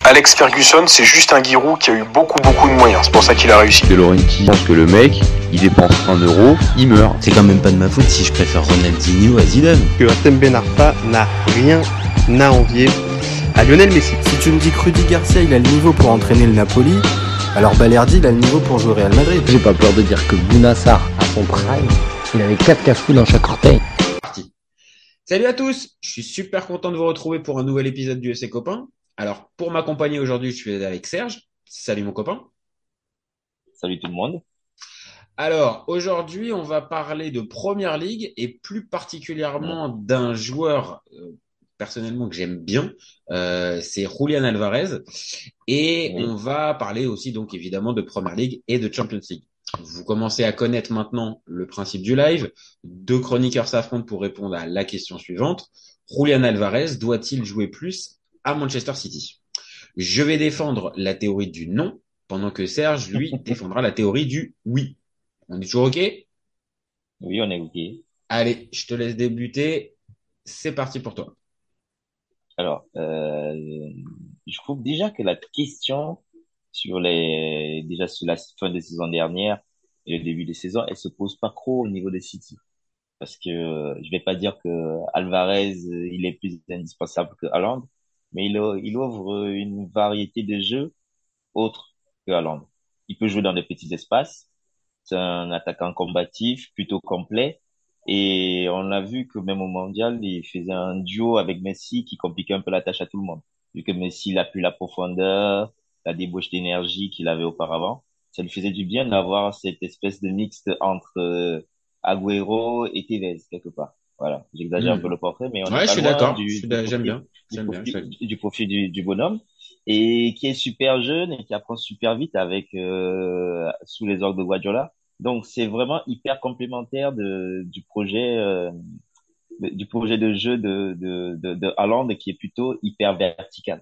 Alex Ferguson, c'est juste un Giroud qui a eu beaucoup de moyens. C'est pour ça qu'il a réussi. De Laurenti pense que le mec, il dépense 1€, il meurt. C'est quand même pas de ma faute si je préfère Ronaldinho à Zidane. Que Hatem Ben Arfa n'a rien à envier à Lionel Messi. Si tu me dis que Rudy Garcia il a le niveau pour entraîner le Napoli, alors Balerdi il a le niveau pour jouer au Real Madrid. J'ai pas peur de dire que Bouna Sarr, à son prime, il avait 4 cafous dans chaque orteil. Salut à tous, je suis super content de vous retrouver pour un nouvel épisode du FC Copain. Alors, pour m'accompagner aujourd'hui, je suis avec Serge. Salut mon copain. Salut tout le monde. Alors, aujourd'hui, on va parler de Première Ligue et plus particulièrement d'un joueur personnellement que j'aime bien, c'est Julián Álvarez. Et on va parler aussi donc évidemment de Première Ligue et de Champions League. Vous commencez à connaître maintenant le principe du live. Deux chroniqueurs s'affrontent pour répondre à la question suivante. Julián Álvarez doit-il jouer plus à Manchester City? Je vais défendre la théorie du non, pendant que Serge, lui, défendra la théorie du oui. On est toujours OK? Oui, on est OK. Allez, je te laisse débuter. C'est parti pour toi. Alors, je trouve déjà que la question sur la fin de saison dernière et le début de saison, elle se pose pas trop au niveau de City. Parce que je vais pas dire que Alvarez, il est plus indispensable que Haaland, mais il ouvre une variété de jeux autres que Haaland. Il peut jouer dans des petits espaces. C'est un attaquant combatif, plutôt complet. Et on a vu que même au mondial, il faisait un duo avec Messi qui compliquait un peu la tâche à tout le monde. Vu que Messi n'a plus la profondeur, la débauche d'énergie qu'il avait auparavant. Ça lui faisait du bien d'avoir cette espèce de mixte entre Agüero et Tevez, quelque part. Voilà. J'exagère un peu le portrait, mais on est je pas suis loin d'accord. j'aime bien. Du profil du bonhomme. Et qui est super jeune et qui apprend super vite avec, sous les ordres de Guardiola. Donc, c'est vraiment hyper complémentaire du projet de jeu de Haaland qui est plutôt hyper vertical.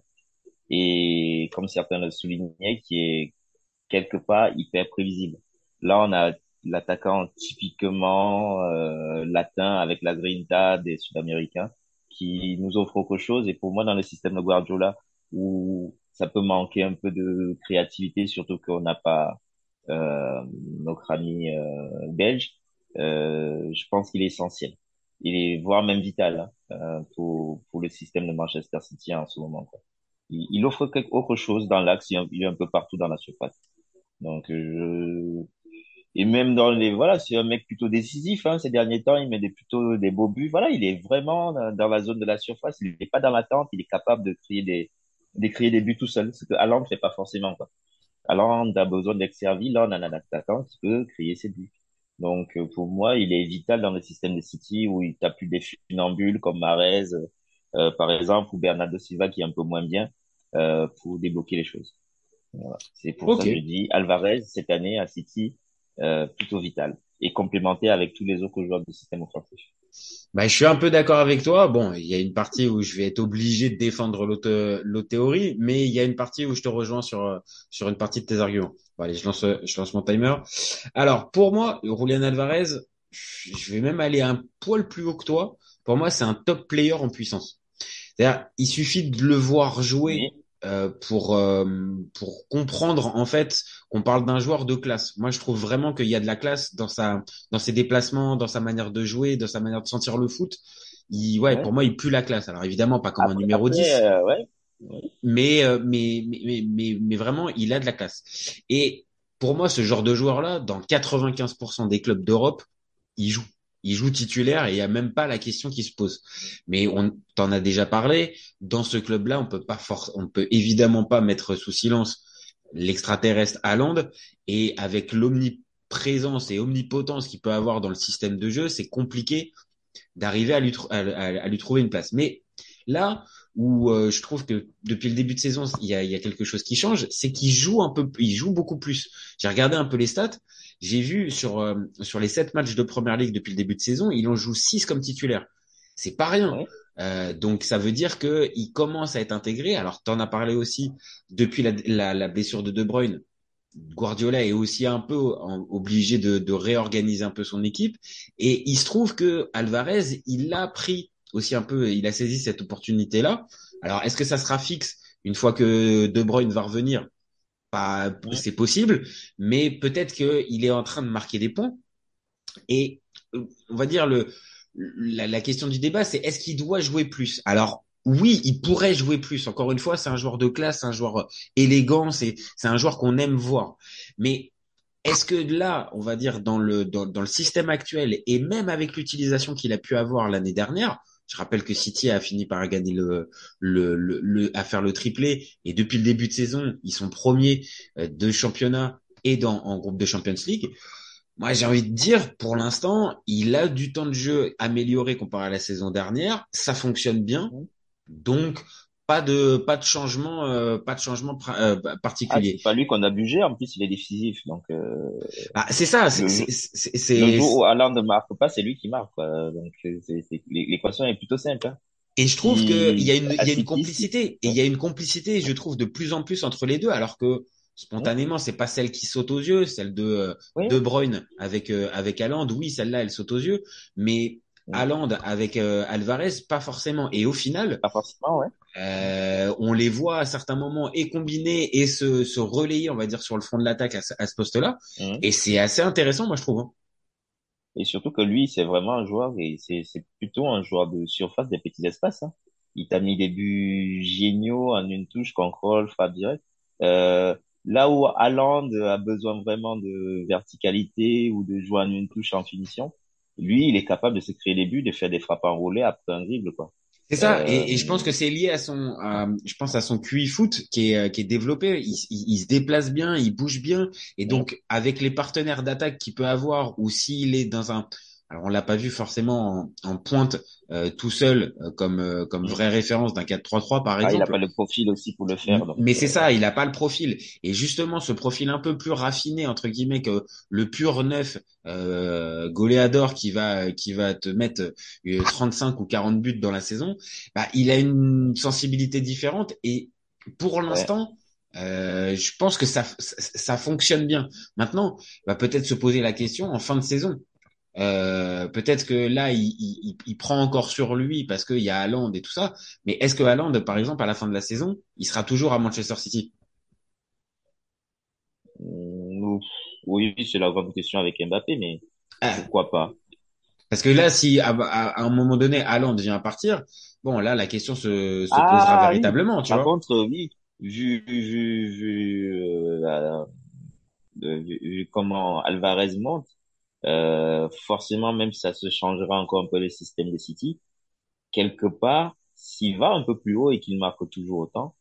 Et comme certains le soulignaient, qui est quelque part hyper prévisible. Là, on a l'attaquant typiquement latin avec la grinta des Sud-Américains qui nous offre autre chose. Et pour moi, dans le système de Guardiola, où ça peut manquer un peu de créativité, surtout qu'on n'a pas notre ami belge, je pense qu'il est essentiel. Il est voire même vital pour le système de Manchester City en ce moment, quoi. Il offre autre chose dans l'axe, il est un peu partout dans la surface. Donc et même voilà, c'est un mec plutôt décisif ces derniers temps, il met plutôt des beaux buts. Voilà, il est vraiment dans la zone de la surface, il n'est pas dans l'attente, il est capable de créer des buts tout seul, ce que Haaland ne fait pas forcément, quoi. Haaland a besoin d'être servi, là on a un attaquant qui peut créer ses buts. Donc pour moi, il est vital dans le système de City où il tape plus des funambules comme Mahrez par exemple, ou Bernardo Silva qui est un peu moins bien pour débloquer les choses. Voilà. C'est pour ça que je dis Alvarez cette année à City plutôt vital et complémenté avec tous les autres joueurs du système offensif. Je suis un peu d'accord avec toi. Bon, il y a une partie où je vais être obligé de défendre l'autre théorie, mais il y a une partie où je te rejoins sur une partie de tes arguments. Bon, allez, je lance mon timer. Alors, pour moi, Julián Álvarez, je vais même aller un poil plus haut que toi. Pour moi, c'est un top player en puissance. C'est-à-dire, il suffit de le voir jouer pour comprendre en fait qu'on parle d'un joueur de classe. Moi, je trouve vraiment qu'il y a de la classe dans ses déplacements, dans sa manière de jouer, dans sa manière de sentir le foot. Pour moi, il pue la classe. Alors évidemment, pas comme un numéro 10. Mais vraiment, il a de la classe. Et pour moi, ce genre de joueur-là, dans 95% des clubs d'Europe, il joue. Il joue titulaire et il n'y a même pas la question qui se pose. Mais on t'en a déjà parlé. Dans ce club-là, on peut évidemment pas mettre sous silence l'extraterrestre Haaland. Et avec l'omniprésence et omnipotence qu'il peut avoir dans le système de jeu, c'est compliqué d'arriver à lui trouver une place. Mais là où je trouve que depuis le début de saison, il y a quelque chose qui change, c'est qu'il joue beaucoup plus. J'ai regardé un peu les stats. J'ai vu sur les 7 matchs de Première Ligue depuis le début de saison, il en joue 6 comme titulaire. C'est pas rien. Donc ça veut dire que il commence à être intégré. Alors t'en as parlé aussi depuis la blessure de De Bruyne. Guardiola est aussi un peu obligé de réorganiser un peu son équipe. Et il se trouve que Alvarez, il a pris aussi un peu, il a saisi cette opportunité-là. Alors est-ce que ça sera fixe? une fois que De Bruyne va revenir, pas, Mm. c'est possible, mais peut-être qu'il est en train de marquer des points. Et on va dire la question du débat, c'est est-ce qu'il doit jouer plus? Alors oui, il pourrait jouer plus. Encore une fois, c'est un joueur de classe, c'est un joueur élégant, c'est un joueur qu'on aime voir. Mais est-ce que là, on va dire dans le système actuel et même avec l'utilisation qu'il a pu avoir l'année dernière, je rappelle que City a fini par gagner à faire le triplé et depuis le début de saison, ils sont premiers de championnat et en groupe de Champions League. Moi, j'ai envie de dire, pour l'instant, il a du temps de jeu amélioré comparé à la saison dernière. Ça fonctionne bien. Mm. Donc, pas de changement Ah, particulier. c'est pas lui qu'on a bugé. En plus, il est décisif. Donc, Ah, c'est ça. le, le jour où Haaland ne marque pas, c'est lui qui marque, quoi. Donc, l'équation est plutôt simple, hein. Et je trouve que Si, à il y a une City, complicité. Et il y a une complicité, je trouve, de plus en plus entre les deux, alors que Mm. spontanément, c'est pas celle qui saute aux yeux, celle Oui. De Bruyne avec Haaland. Oui, celle-là, elle saute aux yeux, mais Mm. Haaland avec Alvarez, pas forcément. Et au final, Pas forcément, ouais. on les voit à certains moments et combiner et se relayer, on va dire, sur le front de l'attaque à ce poste-là. Mm. Et c'est assez intéressant, moi, je trouve, hein. Et surtout que lui, c'est vraiment un joueur, et c'est plutôt un joueur de surface des petits espaces, hein. Il t'a mis des buts géniaux en une touche, contrôle, frappe directe. Euh, Là où Haaland a besoin vraiment de verticalité ou de jouer en une touche en finition, lui, il est capable de se créer des buts, de faire des frappes enroulées après un dribble, quoi. C'est ça, Euh, et je pense que c'est lié je pense à son QI foot qui est développé. Il se déplace bien, il bouge bien, et mm, donc avec les partenaires d'attaque qu'il peut avoir, ou s'il est alors on l'a pas vu forcément en pointe tout seul comme mm. vraie référence d'un 4-3-3 par Ah, il a exemple. pas le profil aussi pour le faire, donc, Mais c'est ça, il a pas le profil. Et justement, ce profil un peu plus raffiné entre guillemets que le pur neuf goléador qui va te mettre 35 ou 40 buts dans la saison, bah, il a une sensibilité différente et pour ouais. l'instant, je pense que ça fonctionne bien. Maintenant, on va peut-être se poser la question en fin de saison. Peut-être que là, il prend encore sur lui parce qu'il y a Haaland et tout ça. Mais est-ce que Haaland, par exemple, à la fin de la saison, il sera toujours à Manchester City? Mm, oui, c'est la grande question avec Mbappé, mais Ah, pourquoi pas? parce que là, si à un moment donné, Haaland vient partir, bon, là, la question se posera Ah oui, véritablement, tu par vois. contre, oui, vu comment Alvarez monte, forcément, même si ça se changera encore un peu le système de City, quelque part, s'il va un peu plus haut et qu'il marque toujours autant,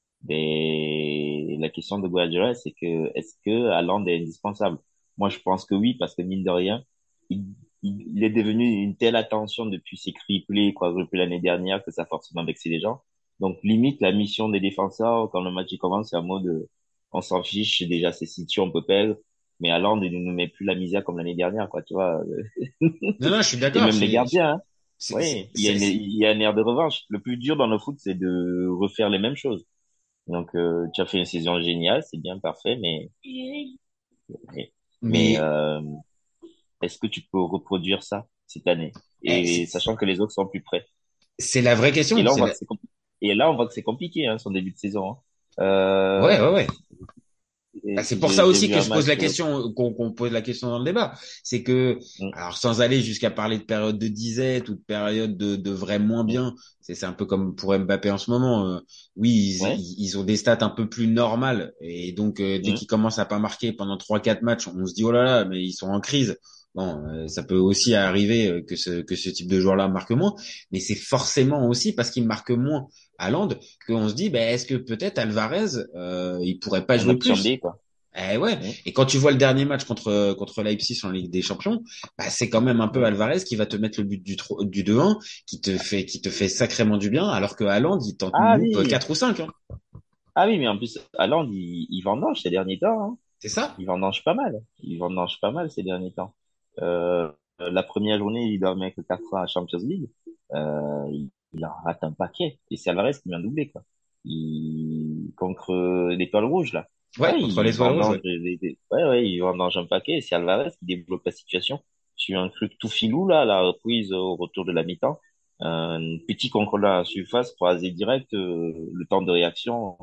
la question de Guardiola, c'est que est-ce que Haaland est indispensable? Moi, je pense que oui, parce que mine de rien, il, il est devenu une telle attention depuis ses triplés, quadruplés l'année dernière que ça a forcément vexé les gens. Donc, limite, la mission des défenseurs, quand le match il commence, c'est un mode, on s'en fiche, déjà, c'est City, on peut perdre. Mais Haaland, il ne nous met plus la misère comme l'année dernière, quoi, tu vois. Non, non, je suis Et d'accord. même les gardiens, hein. C'est, Oui, il y a un air de revanche. Le plus dur dans le foot, c'est de refaire les mêmes choses. Donc, tu as fait une saison géniale, c'est bien parfait, mais, mais, mais est-ce que tu peux reproduire ça cette année? eh, Et sachant que les autres sont plus près. c'est la vraie Et question. là, on voit que et là, on voit que c'est compliqué, hein, son début de saison, hein. Ouais, ouais, Euh, ouais. Bah, c'est pour ça j'ai aussi vu que un je pose la match, question, qu'on pose la question dans le débat. C'est que, mm, alors sans aller jusqu'à parler de période de disette ou de période de vrai moins mm, bien, c'est un peu comme pour Mbappé en ce moment. Oui, ouais, ils ont des stats un peu plus normales et donc dès mm, qu'ils commencent à pas marquer pendant 3-4 matchs, on se dit oh là là, mais ils sont en crise. Bon, ça peut aussi arriver que ce type de joueur-là marque moins, mais c'est forcément aussi parce qu'il marque moins à Land qu'on se dit, ben est-ce que peut-être Alvarez, il pourrait pas une jouer option plus? B, quoi. Eh ouais. Mm, Et quand tu vois le dernier match contre Leipzig en Ligue des Champions, bah c'est quand même un peu mm. Alvarez qui va te mettre le but du 2-1, qui te fait sacrément du bien, alors que Haaland, il t'en Ah loupe oui, 4 ou 5, hein. ah oui, mais en plus, Haaland, il vendange ces derniers temps, hein. C'est ça? Il vendange pas mal. Il vendange pas mal ces derniers temps. La première journée, il doit mettre 4 ans à Champions League. Il en rate un paquet. Et c'est Alvarez qui vient doubler, quoi. Contre l'Étoile Rouge, là. Ouais, Ouais, contre les Rouges, ouais. ouais, ouais, il vendange un paquet. Et c'est Alvarez qui débloque la situation sur un truc tout filou, là, la reprise au retour de la mi-temps. un petit contrôleur à la surface croisé direct, le temps de réaction,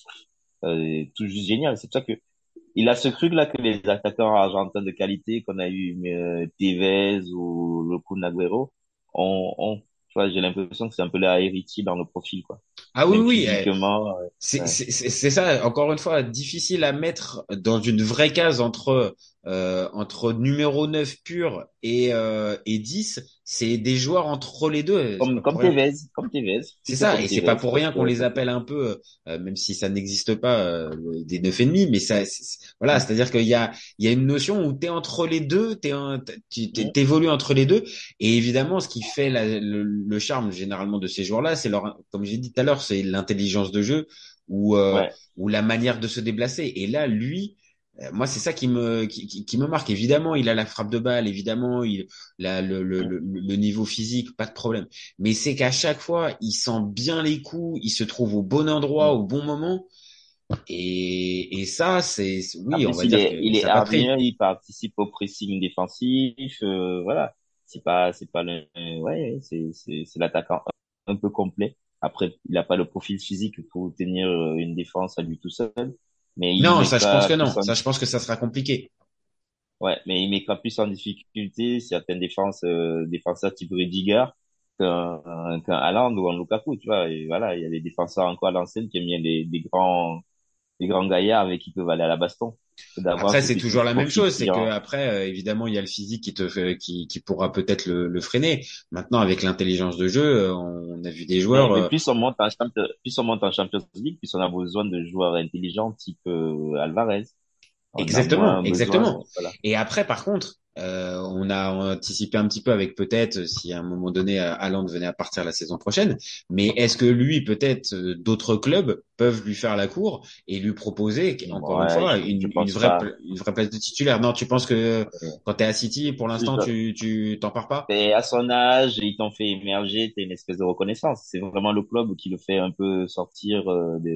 tout juste génial. C'est pour ça que il a ce truc-là que les attaquants argentins de qualité qu'on a eu, Tevez ou le Kun Agüero, tu vois, j'ai l'impression que c'est un peu la héritier dans le profil, quoi. Ah oui, Même oui, physiquement, ouais. c'est ça, encore une fois, difficile à mettre dans une vraie case entre numéro 9 pur et 10. C'est des joueurs entre les deux. C'est pas pour rien. Comme Tevez, C'est plutôt ça, comme et c'est pas Tevez, pour parce rien qu'on que, les appelle un peu, même si ça n'existe pas, des neuf et demi, mais voilà, c'est-à-dire qu'il y a une notion où t'es entre les deux, t'évolues entre les deux, et évidemment, ce qui fait le charme généralement de ces joueurs-là, c'est leur, comme j'ai dit tout à l'heure, c'est l'intelligence de jeu ouais. ou la manière de se déplacer. Et là, lui, moi, c'est ça qui me marque. Évidemment, il a la frappe de balle, évidemment, il a le niveau physique, pas de problème. Mais c'est qu'à chaque fois, il sent bien les coups, il se trouve au bon endroit, au bon moment. Et ça, En oui, on plus, va dire que il est ça n'a pas de prix. hardien, il participe au pressing défensif, voilà. C'est pas ouais, c'est l'attaquant un peu complet. Après, il n'a pas le profil physique pour tenir une défense à lui tout seul, mais il Non, ça, je pense mettra que plus non. en, Ça, je pense que ça sera compliqué. ouais, mais il mettra plus en difficulté certaines défenseurs type Rudiger qu'un Haaland ou un Lukaku, tu vois. Et voilà, il y a des défenseurs encore à l'ancienne qui aiment bien des grands gaillards avec qui peuvent aller à la baston que d'avoir Après, ce c'est petit toujours la même profil chose, c'est que client. après, évidemment, il y a le physique qui pourra peut-être le freiner. Maintenant, avec l'intelligence de jeu, on a vu des joueurs. Mais plus on monte en Champions League, plus on a besoin de joueurs intelligents type Alvarez. On a Exactement, moins besoin, exactement. voilà. Et après, par contre, on a anticipé un petit peu avec peut-être si à un moment donné Haaland venait à partir la saison prochaine, mais est-ce que lui, peut-être d'autres clubs peuvent lui faire la cour et lui proposer, encore une Ouais, fois, je pense pas. une vraie place de titulaire? Non, tu penses que Euh, quand t'es à City, pour l'instant, je- tu t'en pars pas? Et à son âge, ils t'ont fait émerger, t'as une espèce de reconnaissance. C'est vraiment le club qui le fait un peu sortir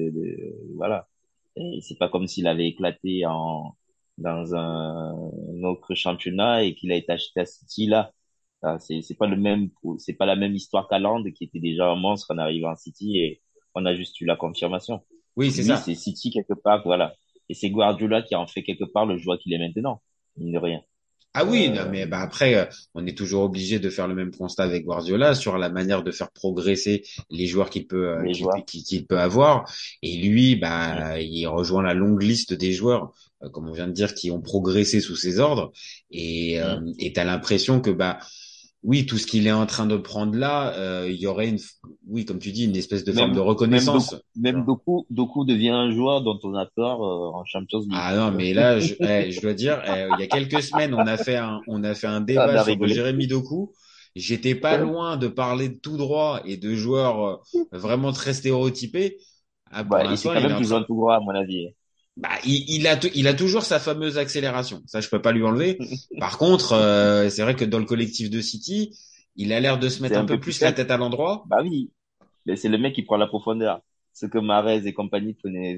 voilà. Et c'est pas comme s'il avait éclaté dans un autre championnat et qu'il a été acheté à City là. Ah, c'est pas c'est pas la même histoire qu'Haaland qui était déjà un monstre en arrivant en City et on a juste eu la confirmation. Oui, c'est Lui, ça. c'est City quelque part, voilà. Et c'est Guardiola qui a en fait quelque part le joueur qu'il est maintenant, mine de rien. Ah oui, non, Euh, mais bah après, on est toujours obligé de faire le même constat avec Guardiola sur la manière de faire progresser les joueurs les joueurs. qu'il peut avoir. Et lui, Mm, bah, il rejoint la longue liste des joueurs, comme on vient de dire, qui ont progressé sous ses ordres. mm. Et t'as l'impression que bah, oui, tout ce qu'il est en train de prendre là, il y aurait oui, comme tu dis, une espèce de forme de reconnaissance. Tu vois. Doku devient un joueur dont on a peur en Champions League. Ah non, mais là, je dois dire, il y a quelques semaines, on a fait un Ah, on débat a sur rigolé. Jérémy Doku. J'étais pas loin de parler de tout droit et de joueurs vraiment très stéréotypés. Ah, pour Bah, et c'est l'instant, quand il est même en toujours train. un tout droit, à mon avis. Bah, il a toujours sa fameuse accélération. Ça, je peux pas lui enlever. Par contre, c'est vrai que dans le collectif de City, il a l'air de se C'est mettre un un peu peu plus plus la simple. tête à l'endroit. Bah oui, mais c'est le mec qui prend la profondeur. Ce que Mahrez et compagnie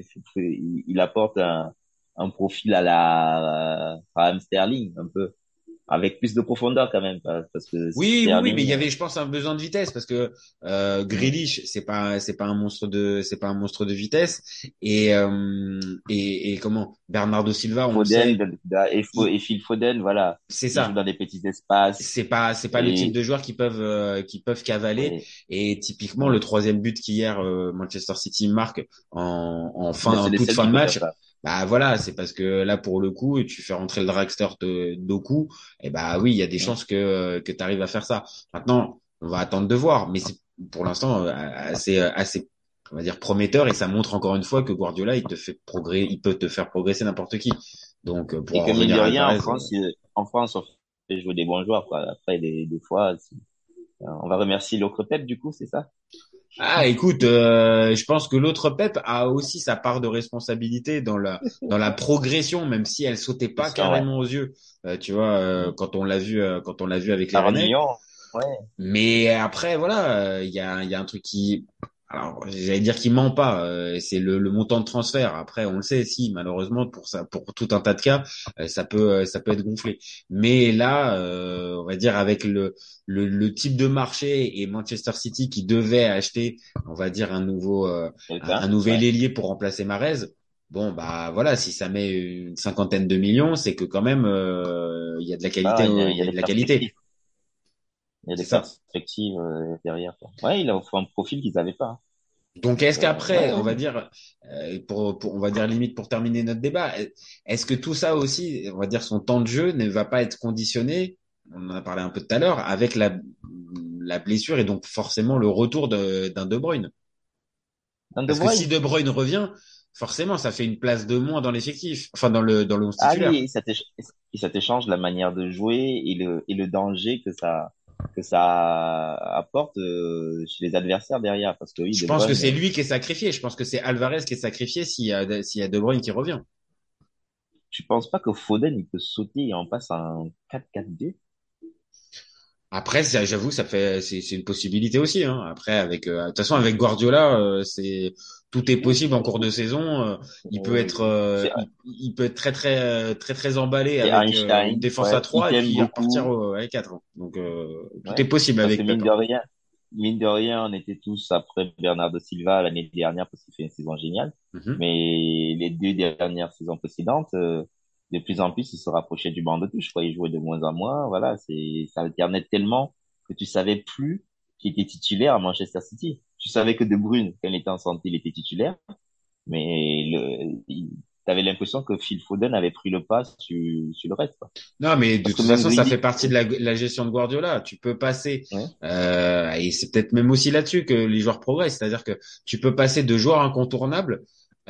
il apporte un profil à la Raheem Sterling, un peu, avec plus de profondeur quand même, parce que Oui, oui, oui, mais il Sterling, y avait, je pense, un besoin de vitesse parce que mm, Grealish, c'est pas un monstre de vitesse et comment Bernardo Silva, on le Foden, sait, et Phil Foden, voilà, c'est il joue ça. dans des petits espaces C'est pas le type et, de joueurs qui peuvent cavaler. et Et typiquement, le mm, troisième but qu'hier Manchester City marque mais en c'est le toute seul fin qui de peut faire match. ça. Bah voilà, c'est parce que là pour le coup, tu fais rentrer le dragster de Doku, et bah oui, il y a des Mm. chances que tu arrives à faire ça. Maintenant, on va attendre de voir, mais c'est pour l'instant assez on va dire prometteur et ça montre encore une fois que Guardiola il peut te faire progresser n'importe qui. Donc pour Et en que mine revenir de à rien, Alvarez, En France, on fait jouer des bons joueurs, quoi. Après, des fois, on va remercier l'autre Pep, du coup, c'est ça? ah, écoute, je pense que l'autre Pep a aussi sa part de responsabilité dans la progression, même si elle sautait pas Question, ouais. carrément aux yeux. Tu vois, Mm. quand on l'a vu avec les 40 Rennais. millions, ouais. Mais après, voilà, il y a un truc qui, Alors, j'allais dire qu'il ment pas, c'est le montant de transfert. Après, on le sait, si malheureusement pour ça, pour tout un tas de cas, ça peut être gonflé. Mais là, on va dire avec le type de marché et Manchester City qui devait acheter, on va dire un Quelqu'un? nouvel Ouais. ailier pour remplacer Mahrez. Bon bah voilà, si ça met une cinquantaine de millions, c'est que quand même il y a de la qualité, Ah, il il y y a a des de la qualité. perspectives. Il y a C'est des ça. perspectives derrière, quoi. Ouais, il a offert un profil qu'ils avaient pas, hein. Donc, Donc, est-ce qu'après, ouais, on va ouais. dire, on va dire limite pour terminer notre débat, est-ce que tout ça aussi, on va dire son temps de jeu ne va pas être conditionné, on en a parlé un peu tout à l'heure, avec la blessure et donc forcément le retour d'un De Bruyne. Dans De Parce que si Bruyne. De Bruyne revient, forcément, ça fait une place de moins dans l'effectif, enfin dans le 11 Ah titulaire. oui, ça te change la manière de jouer et le danger que ça apporte chez les adversaires derrière. Parce que oui, Je De pense que Bruyne, c'est lui qui est sacrifié. Je pense que c'est Alvarez qui est sacrifié s'il y a De Bruyne qui revient. tu penses pas que Foden il peut sauter et on passe à un 4-4-2? Après, j'avoue, c'est une possibilité aussi. Hein. Après, de toute façon, avec Guardiola, tout est possible en cours de saison. C'est Il peut être très emballé c'est avec une Einstein, défense à ouais, il 3 et t'aime puis repartir beaucoup, à 4. Hein. Donc, tout est ouais. possible Parce que avec Pep. Hein. mine de rien, on était tous après Bernardo Silva l'année dernière parce qu'il fait une saison géniale. Mhm. Mais les deux dernières saisons précédentes, de plus en plus, il se rapprochait du banc de touche, quoi. Il jouait de moins en moins. Voilà, ça alternait tellement que tu savais plus qui était titulaire à Manchester City. Tu savais que De Bruyne, quand il était en santé, il était titulaire. Mais t'avais l'impression que Phil Foden avait pris le pas sur le reste, quoi. Non, mais de Parce que toute même façon, ça fait Grealish, partie de la gestion de Guardiola. Tu peux passer, ouais, et c'est peut-être même aussi là-dessus que les joueurs progressent. C'est-à-dire que tu peux passer de joueur incontournable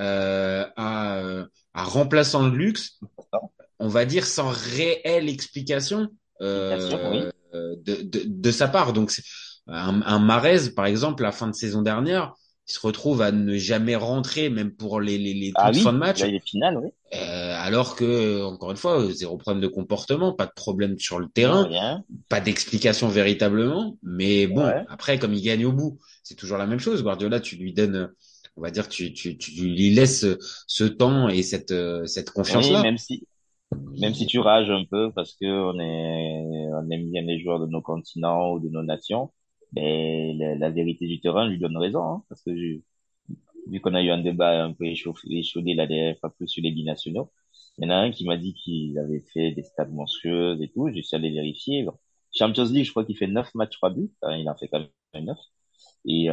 à remplaçant de luxe, on va dire sans réelle explication explication, oui. de sa part. Donc, un Mahrez, par exemple, la fin de saison dernière, il se retrouve à ne jamais rentrer, même pour les Ah toutes fins de oui, match. là, il est final, oui. Alors que, encore une fois, zéro problème de comportement, pas de problème sur le Non, terrain, rien. pas d'explication véritablement. Mais bon, Ouais. après, comme il gagne au bout, c'est toujours la même chose. Guardiola, tu lui donnes, on va dire, tu lui laisses ce temps et cette Oui, confiance-là. même si tu rages un peu parce que on aime bien les joueurs de nos continents ou de nos nations, mais la vérité du terrain lui donne raison, hein, parce que vu qu'on a eu un débat un peu échaudé la dernière fois plus sur les binationaux, il y en a un qui m'a dit qu'il avait fait des stats monstrueuses et tout, je suis allé vérifier. Bon. Champions League, je crois qu'il fait 9 matchs, 3 buts, hein, il en fait quand même 9. Et,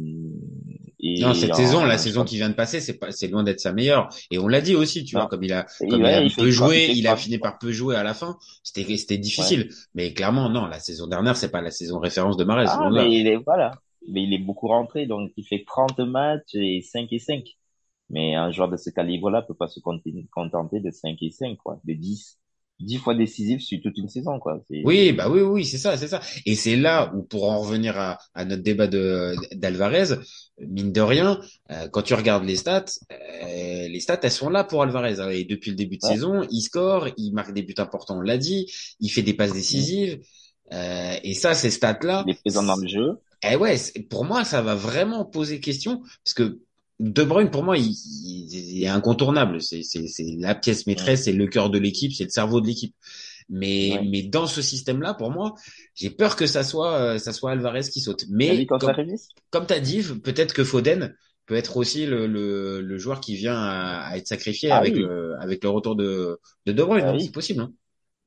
Non, et cette saison, la en, je saison crois, qui vient de passer, c'est loin d'être sa meilleure. Et on l'a dit aussi, tu vois, non, comme il a ouais, peu il joué, fait il a 3 fini par peu jouer à la fin. C'était ouais. difficile. Mais clairement, non, la saison dernière, c'est pas la saison référence de Mahrez, Ah, loin de mais là. voilà. Mais il est beaucoup rentré, donc il fait 30 matchs et 5 et 5. Mais un joueur de ce calibre-là peut pas se contenter de 5 et 5 quoi. De 10 fois décisif sur toute une saison, quoi. Oui, bah oui, oui, c'est ça, c'est ça. Et c'est là où, pour en revenir notre débat d'Alvarez, mine de rien, quand tu regardes les stats, elles sont là pour Alvarez. Hein. Et depuis le début de Ouais. saison, il score, il marque des buts importants, on l'a dit, il fait des passes Mm. décisives. Et ça, ces stats-là, Il est présent dans le jeu. eh ouais, pour moi, ça va vraiment poser question parce que De Bruyne, pour moi, il est incontournable. C'est la pièce Mm. maîtresse, c'est le cœur de l'équipe, c'est le cerveau de l'équipe. Ouais. Mais dans ce système-là, pour moi, j'ai peur que ça soit Alvarez qui saute. T'as vu Mais quand ça révise? comme t'as dit, peut-être que Foden peut être aussi le joueur qui vient à être sacrifié Ah oui. avec le retour De Bruyne. Ah Hein. C'est oui. possible. Hein.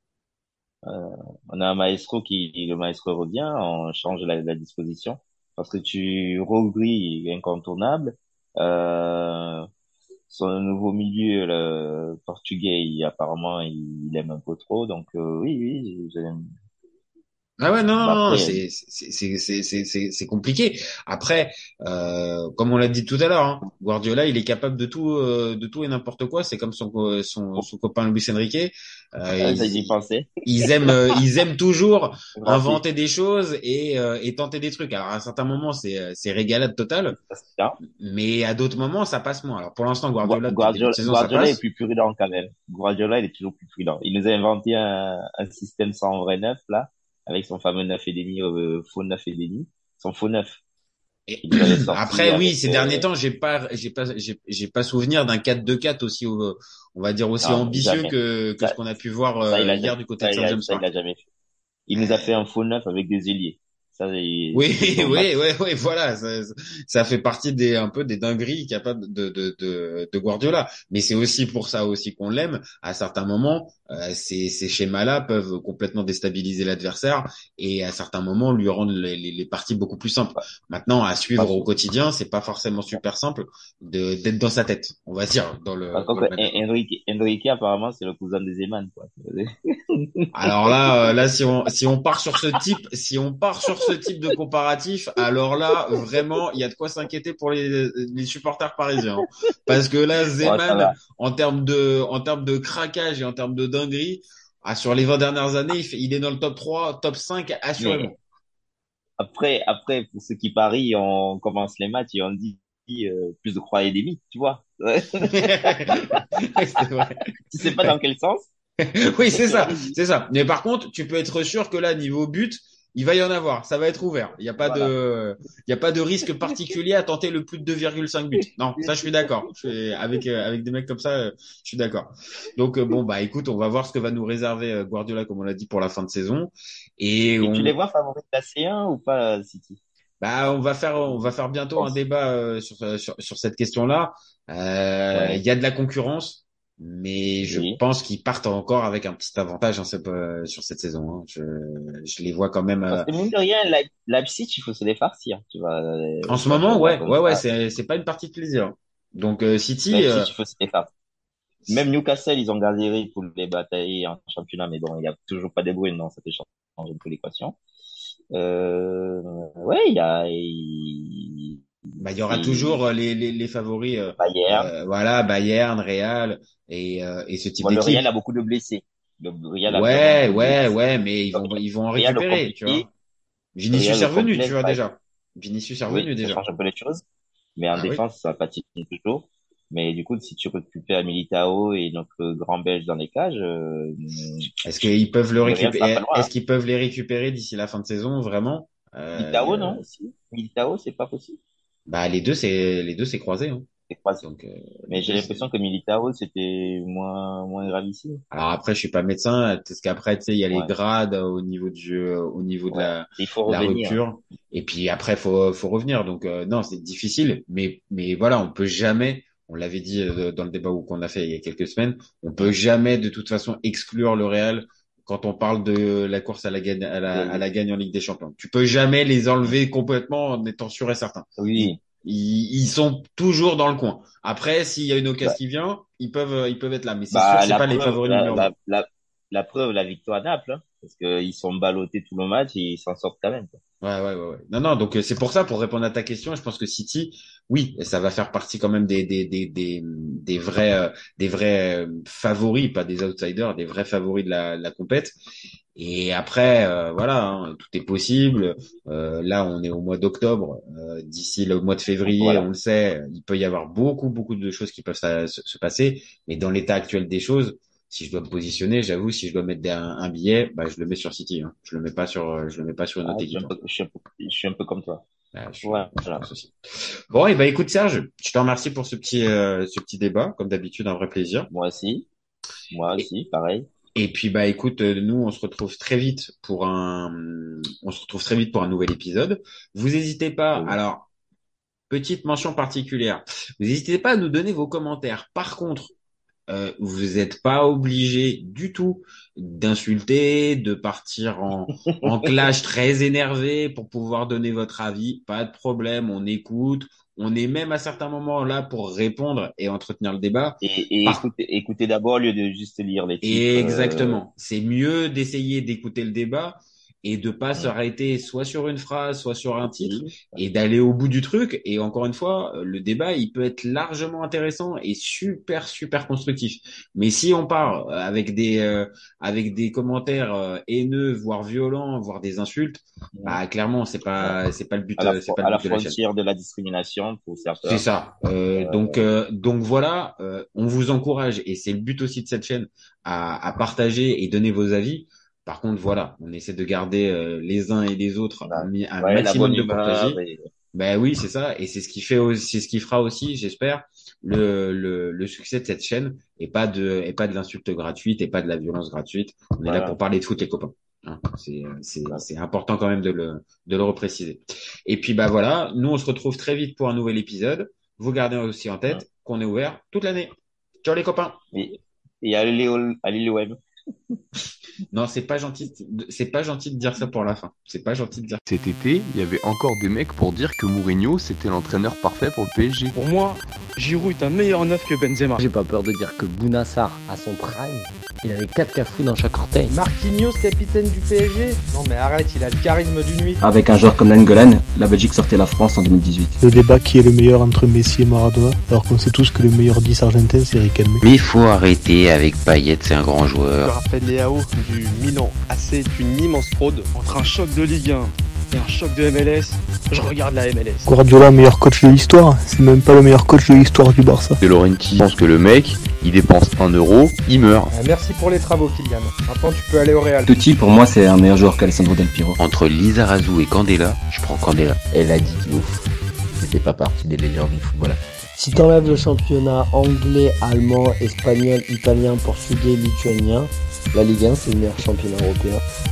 On a un le maestro revient, on change la disposition. Parce que Rodri est incontournable. Euh, son nouveau milieu, le portugais, apparemment, il aime un peu trop. Donc, oui, oui, Ah ouais, non, non, bah, non, après, c'est compliqué. Après, comme on l'a dit tout à l'heure, hein, Guardiola, il est capable de tout et n'importe quoi. C'est comme son copain Luis Enrique. ça, j'y pensais. Ils aiment toujours Rapide. inventer des choses et tenter des trucs. Alors à un certain moment, c'est régalade totale, mais à d'autres moments, ça passe moins. Alors pour l'instant, Guardiola, depuis le début de saison, ça Guardiola est passe. plus prudent quand même. Guardiola, il est toujours plus prudent. Il nous a inventé un système sans vrai neuf, là, avec son fameux neuf et demi, faux neuf et demi, son faux neuf. Et Il nous avait sorti après, oui, avec, ces derniers temps, j'ai pas souvenir d'un 4-2-4 aussi, on va dire aussi non, ambitieux jamais. que ce Ça, qu'on a pu voir ça, il a, hier du côté ça, de Saint James ça, il Park. a jamais fait. Il nous a fait un faux neuf avec des ailiers. Ça, Oui, c'était son oui, max. oui, oui, voilà, ça fait partie un peu des dingueries capables de Guardiola. Mais c'est aussi pour ça aussi qu'on l'aime. À certains moments, ces schémas-là peuvent complètement déstabiliser l'adversaire et à certains moments lui rendre les parties beaucoup plus simples. Pas, Maintenant, à pas suivre au faux. quotidien, c'est pas forcément super simple d'être dans sa tête, on va dire, Par dans le contre, match, quoi. Enrique, apparemment, c'est le cousin de Zeman, quoi. Alors là, si on part sur si on part sur ce type de comparatif, alors là, vraiment, il y a de quoi s'inquiéter pour les supporters parisiens, hein. Parce que là, Bon, ça Zeman, va. en termes de craquage et en termes de dinguerie, sur les 20 dernières années, il est dans le top 3, top 5, assurément. Mais après, pour ceux qui parient, on commence les matchs et on dit plus de croix et des mythes, tu vois. C'est vrai. Tu sais pas dans quel sens. Oui, Donc, c'est ça, vas-y. c'est ça. Mais par contre, tu peux être sûr que là, niveau but, il va y en avoir. Ça va être ouvert. Voilà. Il y a pas de risque particulier à tenter le plus de 2,5 buts. Non, ça, je suis d'accord. Avec des mecs comme ça, je suis d'accord. Donc, bon, bah, écoute, on va voir ce que va nous réserver Guardiola, comme on l'a dit, pour la fin de saison. Et Et tu les vois favoris de la C1 ou pas, City? on va faire Je bientôt un pense. débat sur cette question-là. Il Ouais. y a de la concurrence, mais je Oui. pense qu'ils partent encore avec un petit avantage sur cette saison, hein. Je les vois quand même Parce que mine de rien, Leipzig, il faut se les farcir, tu vois. en ce Moi, je le moment, vois ouais, comme ouais, ouais, ça. c'est pas une partie de plaisir. Donc City, Leipzig, il faut se les farcir. Même Newcastle, ils ont galéré pour les batailler en championnat, mais bon, il y a toujours pas De Bruyne, non, ça fait changer un peu l'équation. Ouais, bah, il y aura toujours c'est les favoris, Bayern. voilà, Bayern, Real et ce type Bon, le d'équipe. Real a beaucoup de blessés. Le Real a vraiment Ouais, beaucoup de ouais, blessés. ouais, mais Donc, ils vont en Real, le récupérer, tu complet, vois. Vinicius Real, est le revenu, tu complet, vois bah, déjà. Vinicius est oui, revenu ça déjà. change un peu les choses. Mais en Ah oui. défense, ça patine toujours. Mais du coup, si tu récupères Militao et notre grand Belge dans les cages, Est-ce qu'ils peuvent le le Real sera pas récupérer? loin, Est-ce hein. qu'ils peuvent les récupérer d'ici la fin de saison, vraiment? Militao, non, aussi. Militao, c'est pas possible. Bah les deux c'est croisé, hein. C'est croisé. Donc les Mais j'ai deux c'est. l'impression que Militao, c'était moins gravissime. Alors après, je suis pas médecin, parce qu'après, tu sais, il y a les Ouais, grades au niveau du jeu, au niveau ouais. Il faut de la revenir. rupture, et puis après, faut revenir. Donc non, c'est difficile, mais voilà, on peut jamais. On l'avait dit dans le débat qu'on a fait il y a quelques semaines, on peut jamais de toute façon exclure le Real quand on parle de la course à la gagne à la gagne en Ligue des Champions. Tu peux jamais les enlever complètement en étant sûr et certain. Ils, Oui. ils sont toujours dans le coin. Après, s'il y a une occasion Bah, qui vient, ils peuvent être là, mais c'est sûr, bah, c'est pas les favoris numéro un. la preuve, la victoire à Naples, hein, parce qu'ils sont ballottés tout le match et ils s'en sortent quand même, quoi. Ouais, ouais, ouais, ouais. Non, non, donc c'est pour ça, pour répondre à ta question, je pense que City, oui, ça va faire partie quand même des vrais favoris, pas des outsiders, des vrais favoris de la compète. Et après, voilà, hein, tout est possible. Là, on est au mois d'octobre. D'ici le mois de février, on Voilà. le sait, il peut y avoir beaucoup de choses qui peuvent se passer. Mais dans l'état actuel des choses, si je dois me positionner, j'avoue, si je dois mettre un billet, bah, je le mets sur City, hein. Je le mets pas sur une Ah, autre équipe, hein. je suis un peu comme toi. Je Voilà. pense aussi. Bon, et ben écoute Serge, je te remercie pour ce petit débat, comme d'habitude, un vrai plaisir. Moi aussi. Moi Et, aussi, pareil. et puis bah écoute, nous on se retrouve très vite pour un nouvel épisode. Vous n'hésitez pas. Oui. Alors petite mention particulière, vous n'hésitez pas à nous donner vos commentaires. Par contre, vous n'êtes pas obligé du tout d'insulter, de partir en clash très énervé pour pouvoir donner votre avis. Pas de problème, on écoute. On est même à certains moments là pour répondre et entretenir le débat. Et Par écoutez d'abord au lieu de juste lire les titres. Exactement. C'est mieux d'essayer d'écouter le débat et de pas Hmm. s'arrêter soit sur une phrase, soit sur un titre Oui. et d'aller au bout du truc. Et encore une fois, le débat, il peut être largement intéressant et super constructif. Mais si on part avec des commentaires haineux, voire violents, voire des insultes, Hmm. bah clairement, Ouais. c'est pas À le la but de la chaîne. frontière de la discrimination pour C'est certains. ça. Donc voilà, on vous encourage et c'est le but aussi de cette chaîne à partager et donner vos avis. Par contre, voilà, on essaie de garder les uns et les autres Voilà. un Ouais, la bonne maximum de humeur courtoisie. Ben oui, c'est ça, et c'est ce qui fait aussi, c'est ce qui fera aussi, j'espère, le succès de cette chaîne, et pas de l'insulte gratuite, et pas de la violence gratuite. On est là Voilà. pour parler de foot, les copains. Hein, c'est important quand même de le repréciser. Et puis bah voilà, nous on se retrouve très vite pour un nouvel épisode. Vous gardez aussi en tête qu'on est ouvert toute l'année. Ciao les copains. Et allez l'OM. Non, c'est pas gentil de dire ça pour la fin. C'est pas gentil de dire. Cet été, il y avait encore des mecs pour dire que Mourinho c'était l'entraîneur parfait pour le PSG. Pour moi, Giroud est un meilleur neuf que Benzema. J'ai pas peur de dire que Bouna Sarr, à son prime, il avait 4 cafous dans chaque orteil. Marquinhos, capitaine du PSG. Non mais arrête, il a le charisme d'une nuit. Avec un joueur comme Nainggolan, la Belgique sortait la France en 2018. Le débat qui est le meilleur entre Messi et Maradona, alors qu'on sait tous que le meilleur 10 argentin c'est Riquelme. Mais il faut arrêter avec Payet, c'est un grand joueur. Raphaël Leao du Milan AC est une immense fraude. Entre un choc de Ligue 1 et un choc de MLS, je regarde la MLS. Guardiola, meilleur coach de l'histoire, c'est même pas le meilleur coach de l'histoire du Barça. De Laurenti pense que le mec, il dépense 1 euro, il meurt. Merci pour les travaux, Kylian. Maintenant, tu peux aller au Real. Totti, pour moi, c'est un meilleur joueur qu'Alessandro Del Piero. Entre Lizarazu et Candela, je prends Candela. Elle a dit Diouf. C'était pas partie des légendes du football. Si t'enlèves le championnat anglais, allemand, espagnol, italien, portugais, lituanien, la Ligue 1 c'est le meilleur championnat européen.